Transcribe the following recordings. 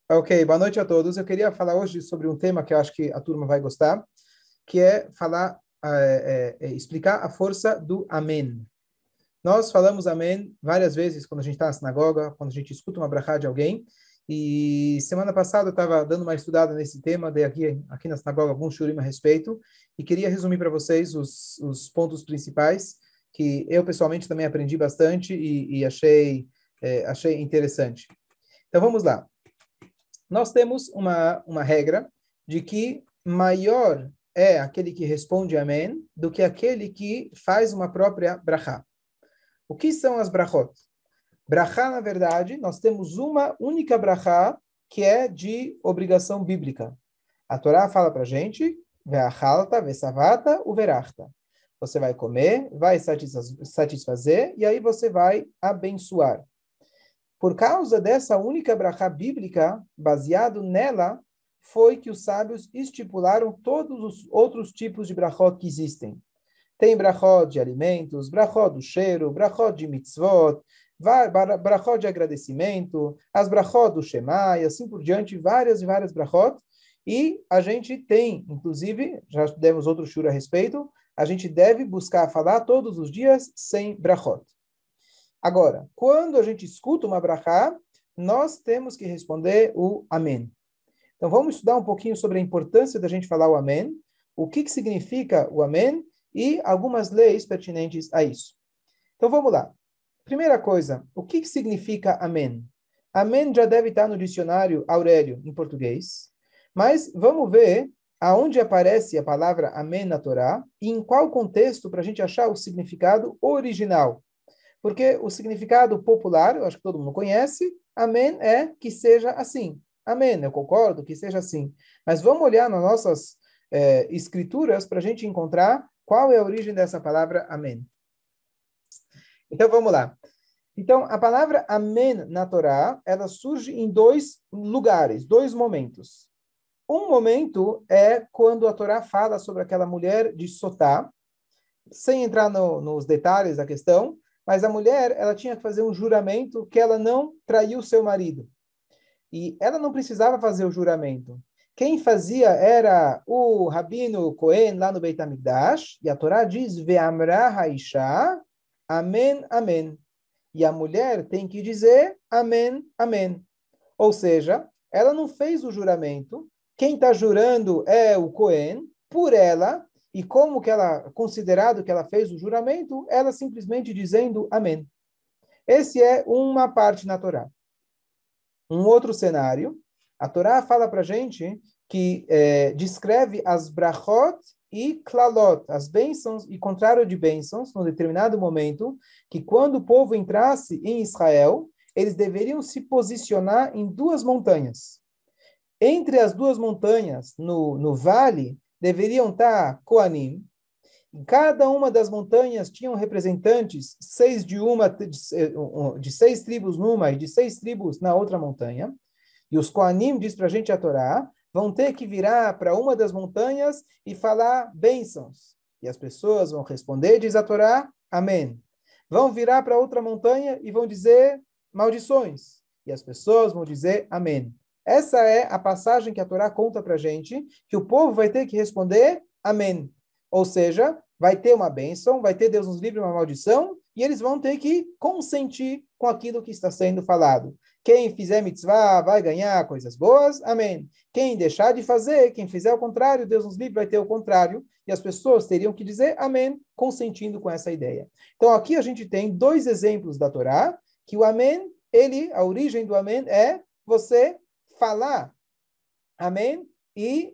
Ok, boa noite a todos. Eu queria falar hoje sobre um tema que eu acho que a turma vai gostar, que é falar, explicar a força do Amém. Nós falamos Amém várias vezes quando a gente está na sinagoga, quando a gente escuta uma brachá de alguém. E semana passada eu estava dando uma estudada nesse tema, dei aqui na sinagoga alguns shurim a respeito, e queria resumir para vocês os pontos principais que eu pessoalmente também aprendi bastante e achei interessante. Então vamos lá. Nós temos uma regra de que maior é aquele que responde amém do que aquele que faz uma própria brachá. O que são as brachot? Brachá, na verdade, nós temos uma única brachá que é de obrigação bíblica. A Torá fala para a gente, ve'achalta, ve'savata, uverachta. Você vai comer, vai satisfazer, e aí você vai abençoar. Por causa dessa única brachá bíblica, baseado nela, foi que os sábios estipularam todos os outros tipos de brachot que existem. Tem brachot de alimentos, brachot do cheiro, brachot de mitzvot, brachot de agradecimento, as brachot do Shema, e assim por diante, várias e várias brachot. E a gente tem, inclusive, já demos outro shur a respeito, a gente deve buscar falar todos os dias sem brachot. Agora, quando a gente escuta uma brachá, nós temos que responder o amém. Então, vamos estudar um pouquinho sobre a importância da gente falar o amém, o que significa o amém e algumas leis pertinentes a isso. Então, vamos lá. Primeira coisa, o que significa amém? Amém já deve estar no dicionário Aurélio, em português, mas vamos ver aonde aparece a palavra amém na Torá e em qual contexto para a gente achar o significado original. Porque o significado popular, eu acho que todo mundo conhece, amém é que seja assim. Amém, eu concordo que seja assim. Mas vamos olhar nas nossas escrituras para a gente encontrar qual é a origem dessa palavra amém. Então vamos lá. Então, a palavra amém na Torá, ela surge em dois lugares, dois momentos. Um momento é quando a Torá fala sobre aquela mulher de Sotá, sem entrar nos detalhes da questão, mas a mulher, ela tinha que fazer um juramento que ela não traiu seu marido. E ela não precisava fazer o juramento. Quem fazia era o Rabino Cohen, lá no Beit HaMikdash, e a Torá diz, Ve'amra ha'isha, amém, amém. E a mulher tem que dizer, amém, amém. Ou seja, ela não fez o juramento, quem está jurando é o Cohen, por ela, e como que ela, considerado que ela fez o juramento, ela simplesmente dizendo amém. Esse é uma parte na Torá. Um outro cenário, a Torá fala para a gente que descreve as brachot e klalot, as bênçãos e contrário de bênçãos, num determinado momento, que quando o povo entrasse em Israel, eles deveriam se posicionar em duas montanhas. Entre as duas montanhas, no vale, deveriam estar Coanim. Em cada uma das montanhas tinham representantes, de seis tribos numa e de seis tribos na outra montanha. E os Coanim, diz para a gente a Torá, vão ter que virar para uma das montanhas e falar bênçãos. E as pessoas vão responder, diz a Torá, amém. Vão virar para outra montanha e vão dizer maldições. E as pessoas vão dizer amém. Essa é a passagem que a Torá conta para a gente, que o povo vai ter que responder amém. Ou seja, vai ter uma bênção, vai ter Deus nos livre uma maldição, e eles vão ter que consentir com aquilo que está sendo falado. Quem fizer mitzvah vai ganhar coisas boas, amém. Quem deixar de fazer, quem fizer o contrário, Deus nos livre vai ter o contrário, e as pessoas teriam que dizer amém, consentindo com essa ideia. Então aqui a gente tem dois exemplos da Torá, que o amém, a origem do amém é você falar amém e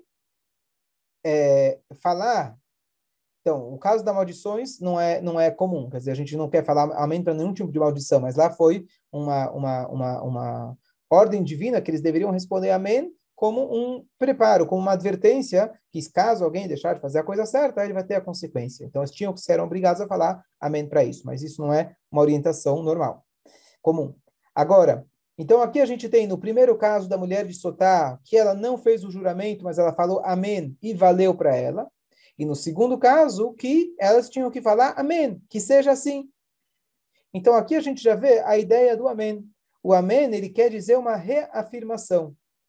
falar. Então, o caso das maldições não é comum, quer dizer, a gente não quer falar amém para nenhum tipo de maldição, mas lá foi uma ordem divina que eles deveriam responder amém como um preparo, como uma advertência, que caso alguém deixar de fazer a coisa certa, ele vai ter a consequência. Então, eles tinham que ser obrigados a falar amém para isso, mas isso não é uma orientação normal, comum. Agora, então aqui a gente tem no primeiro caso da mulher de Sotá, que ela não fez o juramento, mas ela falou amém e valeu para ela. E no segundo caso, que elas tinham que falar amém, que seja assim. Então aqui a gente já vê a ideia do amém. O amém, ele quer dizer uma reafirmação.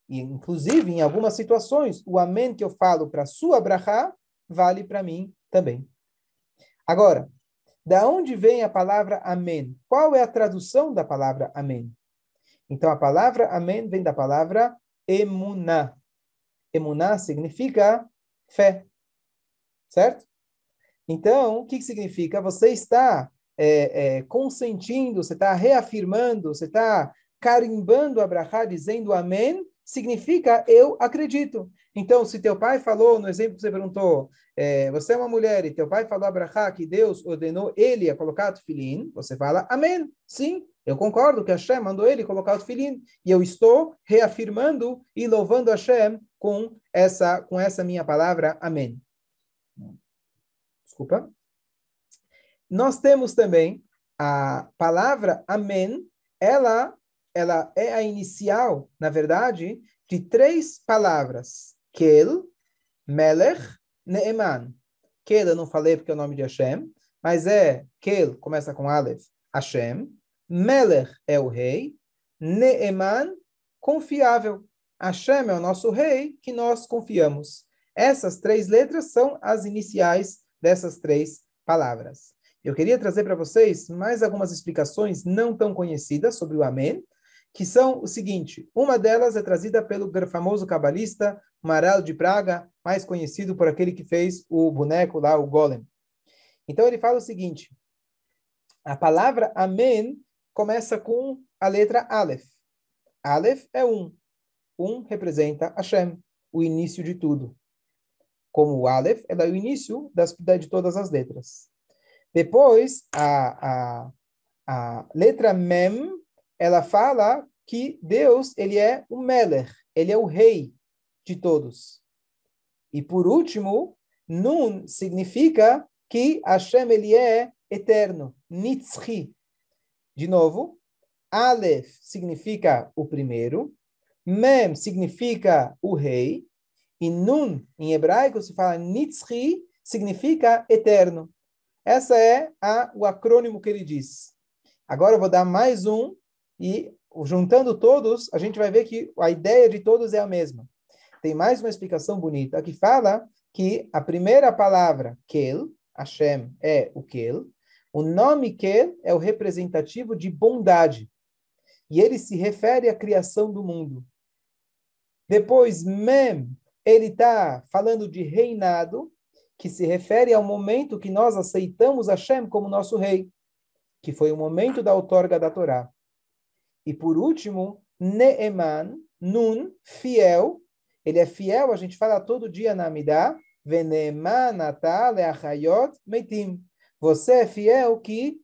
E, inclusive, em algumas situações, o amém que eu falo para a sua brachá vale para mim também. Agora, da onde vem a palavra amém? Qual é a tradução da palavra amém? Então, a palavra amém vem da palavra emuná. Emuná significa fé, certo? Então, o que significa? Você está consentindo, você está reafirmando, você está carimbando a brachá, dizendo amém, significa eu acredito. Então, se teu pai falou, no exemplo que você perguntou, você é uma mulher e teu pai falou a brachá que Deus ordenou ele a colocar o tefilim, você fala amém. Sim, eu concordo que Hashem mandou ele colocar o tefilim. E eu estou reafirmando e louvando Hashem com essa minha palavra, amém. Desculpa. Nós temos também a palavra amém, ela é a inicial, na verdade, de três palavras. Kel, Melech, Neeman. Kel eu não falei porque é o nome de Hashem, mas Kel, começa com Aleph, Hashem. Melech é o rei. Neeman, confiável. Hashem é o nosso rei que nós confiamos. Essas três letras são as iniciais dessas três palavras. Eu queria trazer para vocês mais algumas explicações não tão conhecidas sobre o Amém, que são o seguinte: uma delas é trazida pelo famoso cabalista Maral de Praga, mais conhecido por aquele que fez o boneco lá, o Golem. Então ele fala o seguinte: a palavra Amém começa com a letra Aleph. Aleph é um. Um representa Hashem, o início de tudo. Como o Aleph é o início de todas as letras. Depois, a letra Mem, ela fala que Deus, ele é o Melech, ele é o rei de todos. E por último, Nun significa que Hashem, ele é eterno, Nitzchi. De novo, Aleph significa o primeiro, Mem significa o rei, e Nun, em hebraico, se fala Nitzchi, significa eterno. Essa é o acrônimo que ele diz. Agora eu vou dar mais um, e juntando todos, a gente vai ver que a ideia de todos é a mesma. Tem mais uma explicação bonita, que fala que a primeira palavra, Kel, Hashem, é o Kel. O nome Kel é o representativo de bondade. E ele se refere à criação do mundo. Depois, Mem, ele está falando de reinado, que se refere ao momento que nós aceitamos Hashem como nosso rei, que foi o momento da outorga da Torá. E por último, Neeman, Nun, fiel. Ele é fiel, a gente fala todo dia na Amidah, Veneeman ata leachayot meitim. Você é fiel que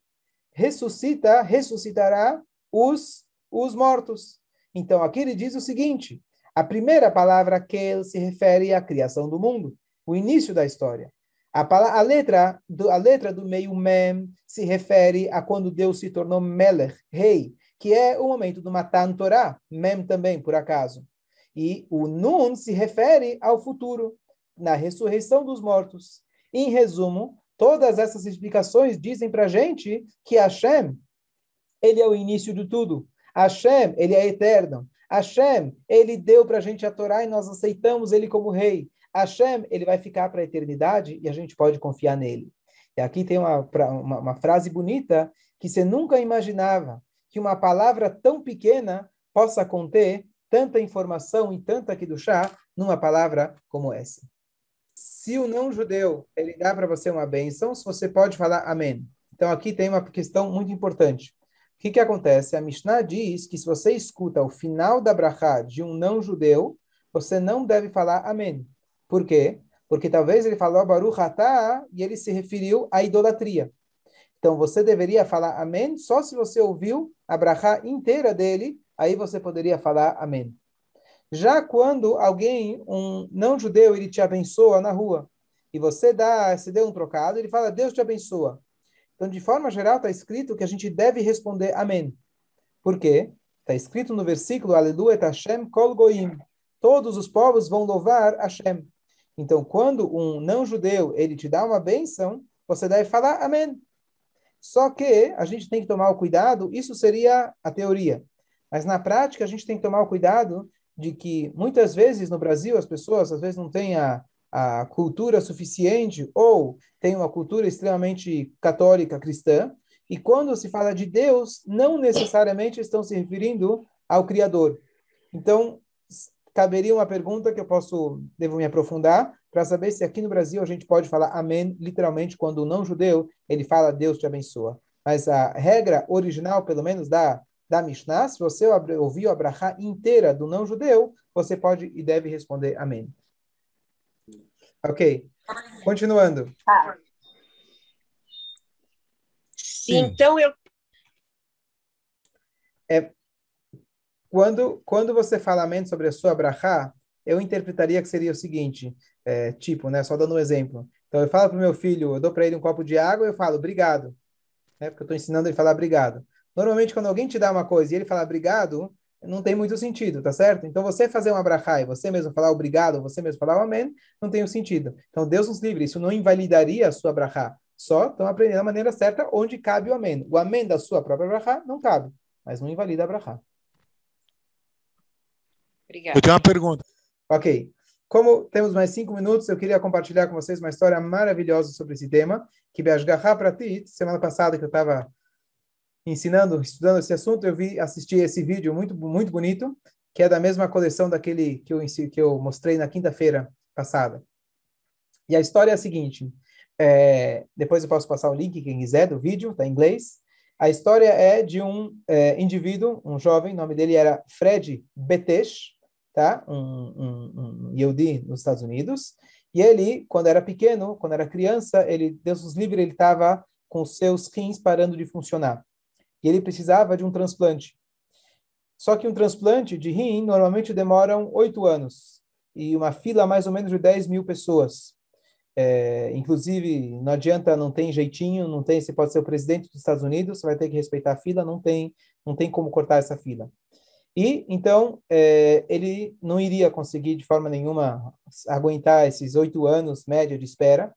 ressuscitará os mortos. Então aqui ele diz o seguinte: a primeira palavra que se refere à criação do mundo, o início da história. A letra do meio Mem se refere a quando Deus se tornou Melech, rei, que é o momento do Matan Torah, Mem também, por acaso. E o Nun se refere ao futuro, na ressurreição dos mortos. Em resumo, todas essas explicações dizem para a gente que Hashem, ele é o início de tudo. Hashem, ele é eterno. Hashem, ele deu para a gente a Torá e nós aceitamos ele como rei. Hashem, ele vai ficar para a eternidade e a gente pode confiar nele. E aqui tem uma frase bonita que você nunca imaginava que uma palavra tão pequena possa conter tanta informação e tanta Kedushá numa palavra como essa. Se o não-judeu, ele dá para você uma bênção, você pode falar amém. Então aqui tem uma questão muito importante. O que acontece? A Mishnah diz que se você escuta o final da brachá de um não-judeu, você não deve falar amém. Por quê? Porque talvez ele falou Baruch atah e ele se referiu à idolatria. Então você deveria falar amém só se você ouviu a brachá inteira dele, aí você poderia falar amém. Já quando um não-judeu, ele te abençoa na rua, e você deu um trocado, ele fala, Deus te abençoa. Então, de forma geral, está escrito que a gente deve responder amém. Por quê? Está escrito no versículo, Aleluia, Hashem kol goim. Todos os povos vão louvar Hashem. Então, quando um não-judeu, ele te dá uma bênção, você deve falar amém. Só que a gente tem que tomar o cuidado, isso seria a teoria. Mas na prática, a gente tem que tomar o cuidado de que muitas vezes no Brasil as pessoas às vezes não têm a cultura suficiente ou têm uma cultura extremamente católica, cristã, e quando se fala de Deus, não necessariamente estão se referindo ao Criador. Então, caberia uma pergunta que devo me aprofundar, para saber se aqui no Brasil a gente pode falar amém, literalmente, quando o não-judeu, ele fala Deus te abençoa. Mas a regra original, pelo menos da Mishnah, se você ouviu a brachá inteira do não-judeu, você pode e deve responder amém. Ok, continuando. Tá. Sim. Então, É, quando você fala amém sobre a sua brachá, eu interpretaria que seria o seguinte, tipo, né, só dando um exemplo. Então, eu falo para o meu filho, eu dou para ele um copo de água, eu falo obrigado, né, porque eu estou ensinando ele a falar obrigado. Normalmente, quando alguém te dá uma coisa e ele fala obrigado, não tem muito sentido, tá certo? Então, você fazer uma brachá e você mesmo falar obrigado, você mesmo falar o amém, não tem um sentido. Então, Deus nos livre, isso não invalidaria a sua brachá. Só estão aprendendo a maneira certa onde cabe o amém. O amém da sua própria brachá não cabe, mas não invalida a brachá. obrigada. Eu tenho uma pergunta. Ok. Como temos mais 5 minutos, eu queria compartilhar com vocês uma história maravilhosa sobre esse tema, que Be'ashgaha Pratit, semana passada que eu estava estudando esse assunto, assisti esse vídeo muito, muito bonito, que é da mesma coleção daquele que eu mostrei na quinta-feira passada. E a história é a seguinte, depois eu posso passar o link, quem quiser, do vídeo, está em inglês. A história é de um indivíduo, um jovem, o nome dele era Fred Betesh, tá? Um Yehudi nos Estados Unidos. E ele, quando era pequeno, quando era criança, Deus nos livre, ele estava com seus rins parando de funcionar. E ele precisava de um transplante. Só que um transplante de rim normalmente demoram 8 anos. E uma fila mais ou menos de 10 mil pessoas. Inclusive, não adianta, não tem jeitinho, não tem, você pode ser o presidente dos Estados Unidos, você vai ter que respeitar a fila, não tem como cortar essa fila. E, então, ele não iria conseguir, de forma nenhuma, aguentar esses 8 anos, média de espera.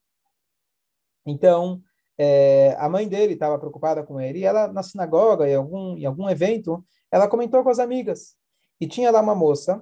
Então, a mãe dele estava preocupada com ele, e ela, na sinagoga, em algum evento, ela comentou com as amigas. E tinha lá uma moça,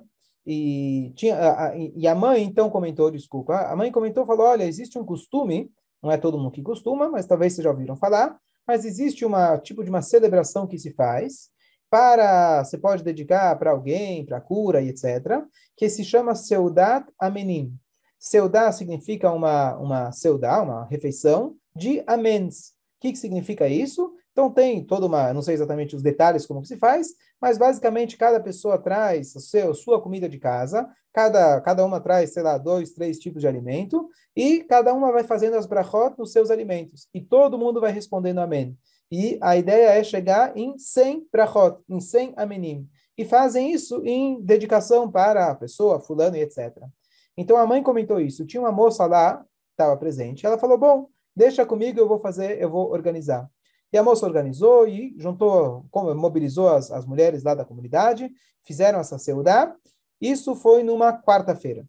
e a mãe, então, comentou, desculpa, a mãe comentou, falou, olha, existe um costume, não é todo mundo que costuma, mas talvez vocês já ouviram falar, mas existe tipo de uma celebração que se faz, você pode dedicar para alguém, para cura e etc., que se chama Seudat Amenim. Seudá significa uma seudá, uma refeição de amens. O que significa isso? Então tem toda não sei exatamente os detalhes como que se faz, mas basicamente cada pessoa traz sua comida de casa, cada uma traz, sei lá, 2, 3 tipos de alimento, e cada uma vai fazendo as brachot nos seus alimentos, e todo mundo vai respondendo amém. E a ideia é chegar em 100 brachot, em 100 amenim. E fazem isso em dedicação para a pessoa, fulano e etc. Então a mãe comentou isso. Tinha uma moça lá, estava presente. Ela falou: bom, deixa comigo, eu vou organizar. E a moça organizou e mobilizou as mulheres lá da comunidade, fizeram essa seudá. Isso foi numa quarta-feira.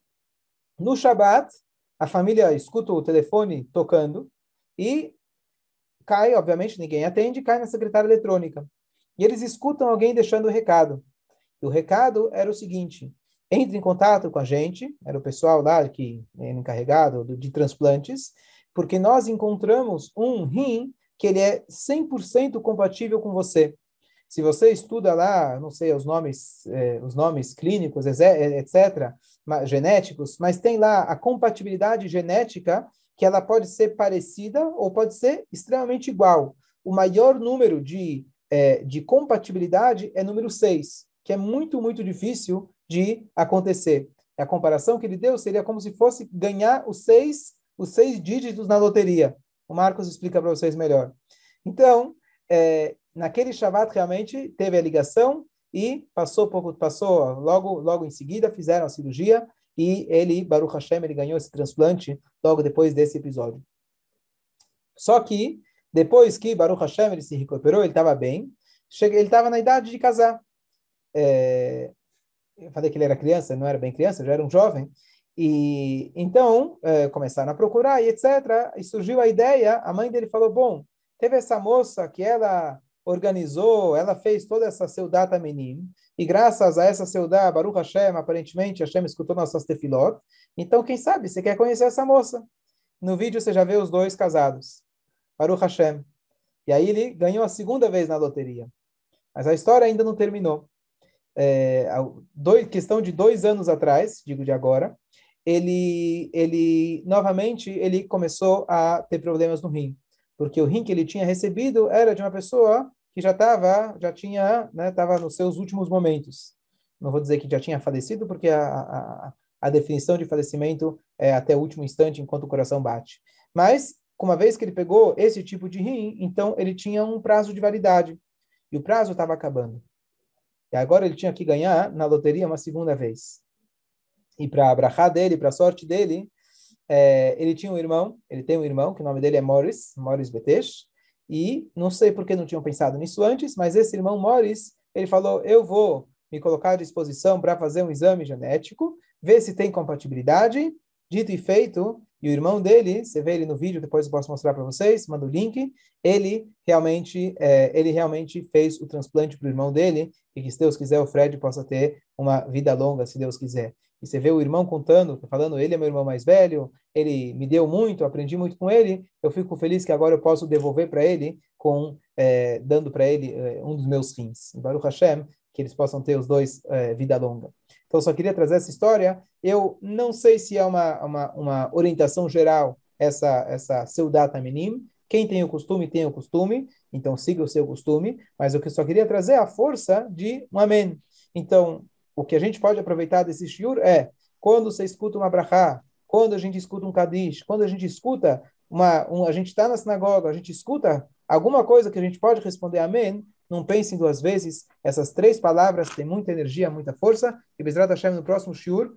No Shabat, a família escuta o telefone tocando e cai, obviamente, ninguém atende, cai na secretária eletrônica. E eles escutam alguém deixando o recado. E o recado era o seguinte: entre em contato com a gente, era o pessoal lá que era encarregado de transplantes, porque nós encontramos um rim que ele é 100% compatível com você. Se você estuda lá, não sei os nomes clínicos, etc., genéticos, mas tem lá a compatibilidade genética que ela pode ser parecida ou pode ser extremamente igual. O maior número de compatibilidade é número 6, que é muito, muito difícil de acontecer. A comparação que ele deu seria como se fosse ganhar os seis dígitos na loteria. O Marcos explica para vocês melhor. Então, naquele Shabbat realmente teve a ligação e passou logo em seguida fizeram a cirurgia e ele, Baruch Hashem, ele ganhou esse transplante logo depois desse episódio. Só que depois que Baruch Hashem ele se recuperou, ele estava bem, ele estava na idade de casar. Eu falei que ele era criança, não era bem criança, já era um jovem. E então começaram a procurar e etc. E surgiu a ideia, a mãe dele falou: bom, teve essa moça que ela organizou, ela fez toda essa Seudat Amenim, e graças a essa Seudat, Baruch Hashem, aparentemente Hashem escutou nossas tefilot, então quem sabe, você quer conhecer essa moça? No vídeo você já vê os dois casados, Baruch Hashem. E aí ele ganhou a segunda vez na loteria. Mas a história ainda não terminou. Questão de 2 anos atrás, digo de agora, ele novamente ele começou a ter problemas no rim, porque o rim que ele tinha recebido era de uma pessoa que já tinha, né, estava nos seus últimos momentos. Não vou dizer que já tinha falecido, porque a definição de falecimento é até o último instante, enquanto o coração bate. Mas, uma vez que ele pegou esse tipo de rim, então ele tinha um prazo de validade, e o prazo estava acabando. E agora ele tinha que ganhar na loteria uma segunda vez. E para a brachá dele, para a sorte dele, ele tem um irmão, que o nome dele é Morris Betesh, e não sei por que não tinham pensado nisso antes, mas esse irmão Morris, ele falou, eu vou me colocar à disposição para fazer um exame genético, ver se tem compatibilidade. Dito e feito, e o irmão dele, você vê ele no vídeo, depois eu posso mostrar para vocês, manda o link, ele realmente fez o transplante para o irmão dele, e que se Deus quiser o Fred possa ter uma vida longa, se Deus quiser. E você vê o irmão contando, falando, ele é meu irmão mais velho, ele me deu muito, aprendi muito com ele, eu fico feliz que agora eu posso devolver para ele, dando para ele um dos meus rins. Baruch Hashem, que eles possam ter os dois vida longa. Então, eu só queria trazer essa história. Eu não sei se é uma orientação geral essa Seudat Amenim. Quem tem o costume, então siga o seu costume, mas o que eu só queria trazer é a força de um Amém. Então, o que a gente pode aproveitar desse shiur é, quando você escuta uma brachá, quando a gente escuta um kadish, quando a gente escuta a gente está na sinagoga, a gente escuta alguma coisa que a gente pode responder amém, não pensem 2 vezes, essas 3 palavras têm muita energia, muita força, e Bezrat Hashem, no próximo shiur,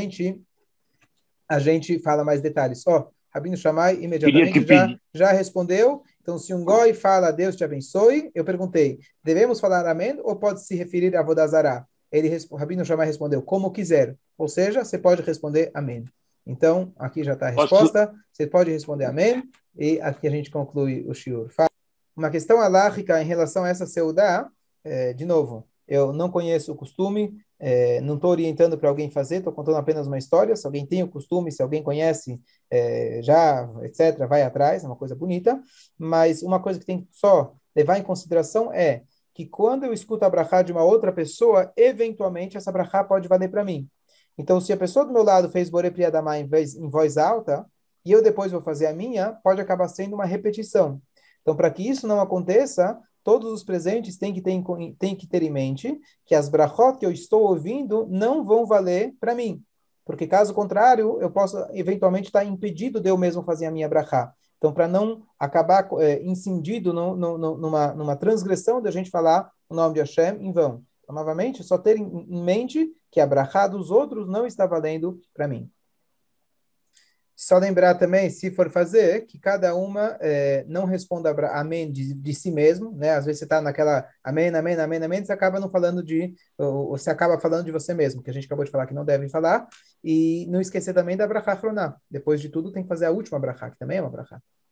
a gente fala mais detalhes. Rabino Shammai imediatamente já respondeu. Então, se um goi fala Deus te abençoe, eu perguntei, devemos falar amém ou pode se referir a Vodazará? Rabino Shammai respondeu, como quiser. Ou seja, você pode responder amém. Então, aqui já está a resposta. Você pode responder amém. E aqui a gente conclui o shiur. Uma questão alárrica em relação a essa seudá, de novo, eu não conheço o costume, não estou orientando para alguém fazer, estou contando apenas uma história. Se alguém tem o costume, se alguém conhece, já, etc., vai atrás, é uma coisa bonita. Mas uma coisa que tem que só levar em consideração é que quando eu escuto a brachá de uma outra pessoa, eventualmente essa brachá pode valer para mim. Então, se a pessoa do meu lado fez Borei Pri Adamá em voz alta, e eu depois vou fazer a minha, pode acabar sendo uma repetição. Então, para que isso não aconteça, todos os presentes têm que ter em mente que as brachot que eu estou ouvindo não vão valer para mim. Porque, caso contrário, eu posso eventualmente estar impedido de eu mesmo fazer a minha brachá. Então, para não acabar incidido numa transgressão de a gente falar o nome de Hashem em vão. Então, novamente, só ter em mente que a brachá dos outros não está valendo para mim. Só lembrar também, se for fazer, que cada uma não responda amém de si mesmo, né? Às vezes você está naquela amém, amém, amém, amém, você acaba não falando ou você acaba falando de você mesmo, que a gente acabou de falar que não deve falar, e não esquecer também da brachá chroná. Depois de tudo, tem que fazer a última brachá, que também é uma brachá.